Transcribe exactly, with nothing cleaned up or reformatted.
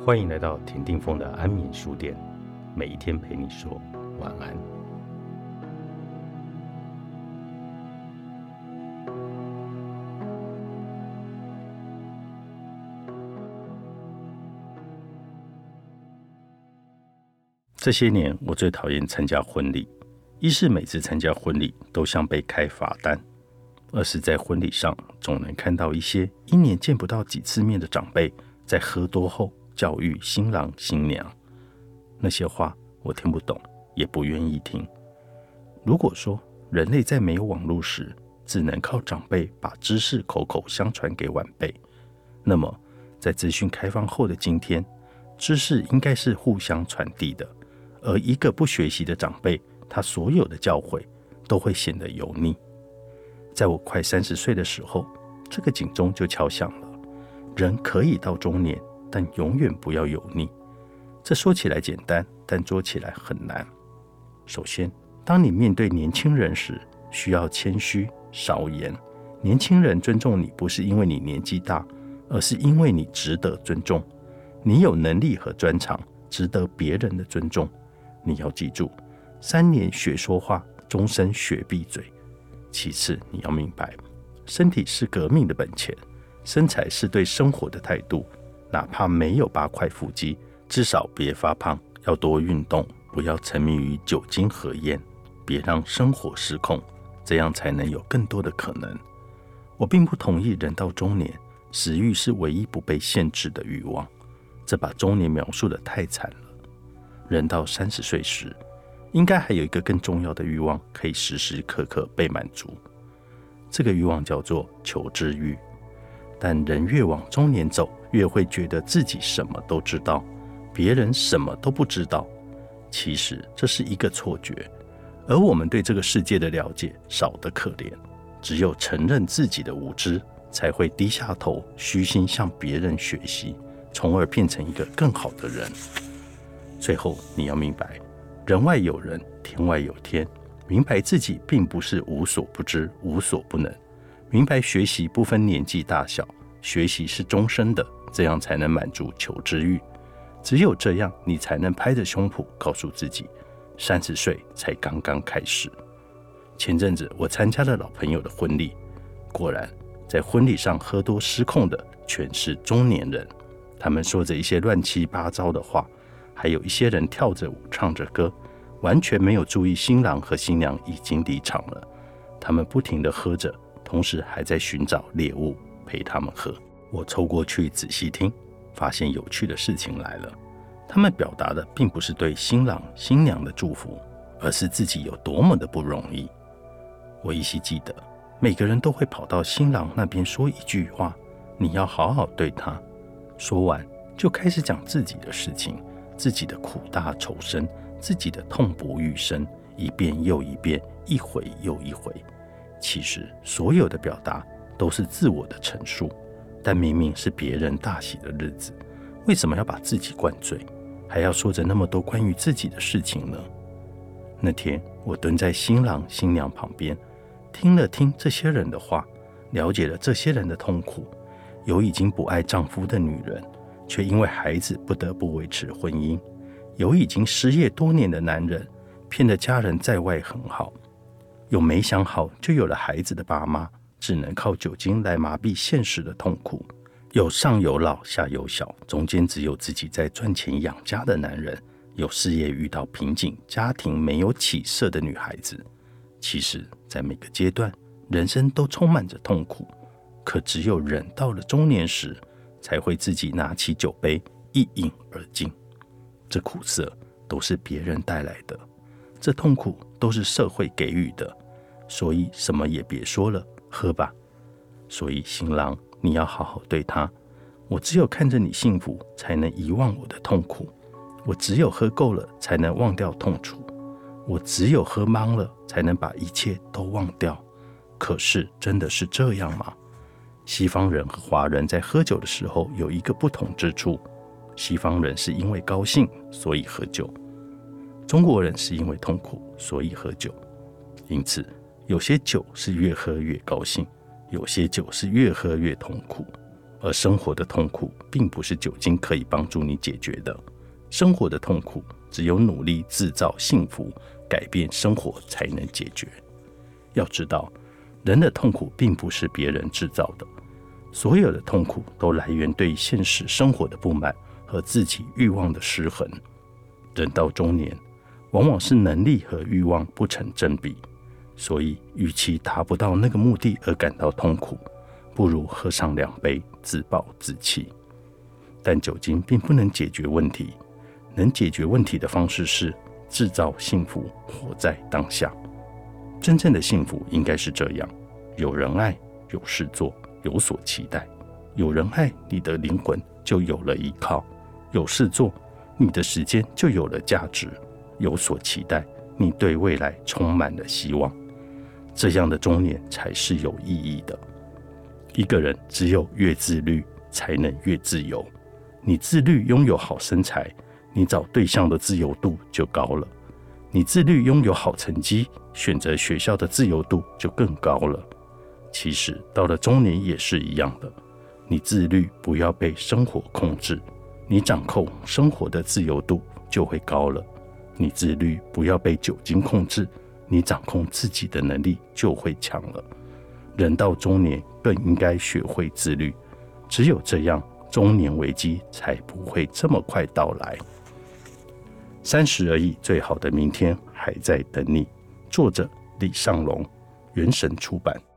欢迎来到田定峰的安眠书店，每一天陪你说晚安。这些年我最讨厌参加婚礼，一是每次参加婚礼都像被开罚单，二是在婚礼上总能看到一些一年见不到几次面的长辈在喝多后教育新郎新娘，那些话我听不懂，也不愿意听。如果说人类在没有网络时只能靠长辈把知识口口相传给晚辈，那么在资讯开放后的今天，知识应该是互相传递的，而一个不学习的长辈，他所有的教诲都会显得油腻。在我快三十岁的时候，这个警钟就敲响了。人可以到中年，但永远不要油腻。这说起来简单，但做起来很难。首先，当你面对年轻人时，需要谦虚少言。年轻人尊重你，不是因为你年纪大，而是因为你值得尊重。你有能力和专长，值得别人的尊重。你要记住，三年学说话，终身学闭嘴。其次，你要明白，身体是革命的本钱，身材是对生活的态度。哪怕没有八块腹肌，至少别发胖，要多运动，不要沉迷于酒精和烟，别让生活失控，这样才能有更多的可能。我并不同意人到中年，食欲是唯一不被限制的欲望，这把中年描述得太惨了。人到三十岁时，应该还有一个更重要的欲望可以时时刻刻被满足，这个欲望叫做求知欲。但人越往中年走，越会觉得自己什么都知道，别人什么都不知道。其实这是一个错觉，而我们对这个世界的了解少得可怜。只有承认自己的无知，才会低下头，虚心向别人学习，从而变成一个更好的人。最后，你要明白，人外有人，天外有天，明白自己并不是无所不知，无所不能。明白学习不分年纪大小，学习是终身的，这样才能满足求知欲。只有这样，你才能拍着胸脯告诉自己，三十岁才刚刚开始。前阵子我参加了老朋友的婚礼，果然在婚礼上喝多失控的全是中年人，他们说着一些乱七八糟的话，还有一些人跳着舞唱着歌，完全没有注意新郎和新娘已经离场了。他们不停地喝着，同时还在寻找猎物陪他们喝。我凑过去仔细听，发现有趣的事情来了。他们表达的并不是对新郎新娘的祝福，而是自己有多么的不容易。我依稀记得，每个人都会跑到新郎那边说一句话，你要好好对他。说完就开始讲自己的事情，自己的苦大仇深，自己的痛不欲生，一遍又一遍，一回又一回。其实所有的表达都是自我的陈述，但明明是别人大喜的日子，为什么要把自己灌醉，还要说着那么多关于自己的事情呢？那天我蹲在新郎新娘旁边，听了听这些人的话，了解了这些人的痛苦。有已经不爱丈夫的女人，却因为孩子不得不维持婚姻；有已经失业多年的男人，骗得家人在外很好；有没想好就有了孩子的爸妈，只能靠酒精来麻痹现实的痛苦；有上有老下有小，中间只有自己在赚钱养家的男人；有事业遇到瓶颈，家庭没有起色的女孩子。其实在每个阶段，人生都充满着痛苦，可只有人到了中年时，才会自己拿起酒杯一饮而尽。这苦涩都是别人带来的，这痛苦都是社会给予的，所以什么也别说了，喝吧。所以新郎，你要好好对他。我只有看着你幸福，才能遗忘我的痛苦。我只有喝够了，才能忘掉痛楚。我只有喝懵了，才能把一切都忘掉。可是真的是这样吗？西方人和华人在喝酒的时候有一个不同之处，西方人是因为高兴所以喝酒，中国人是因为痛苦所以喝酒。因此有些酒是越喝越高兴，有些酒是越喝越痛苦， 而生活的痛苦并不是酒精可以帮助你解决的。生活的痛苦只有努力制造幸福，改变生活才能解决。要知道，人的痛苦并不是别人制造的，所有的痛苦都来源对现实生活的不满和自己欲望的失衡。人到中年，往往是能力和欲望不成正比，所以与其达不到那个目的而感到痛苦，不如喝上两杯自暴自弃。但酒精并不能解决问题，能解决问题的方式是制造幸福，活在当下。真正的幸福应该是这样：有人爱，有事做，有所期待。有人爱，你的灵魂就有了依靠；有事做，你的时间就有了价值；有所期待，你对未来充满了希望。这样的中年才是有意义的。一个人只有越自律，才能越自由。你自律拥有好身材，你找对象的自由度就高了；你自律拥有好成绩，选择学校的自由度就更高了。其实到了中年也是一样的，你自律不要被生活控制，你掌控生活的自由度就会高了；你自律不要被酒精控制，你掌控自己的能力就会强了。人到中年更应该学会自律，只有这样，中年危机才不会这么快到来。三十而已，最好的明天还在等你。作者李尚龙，原神出版。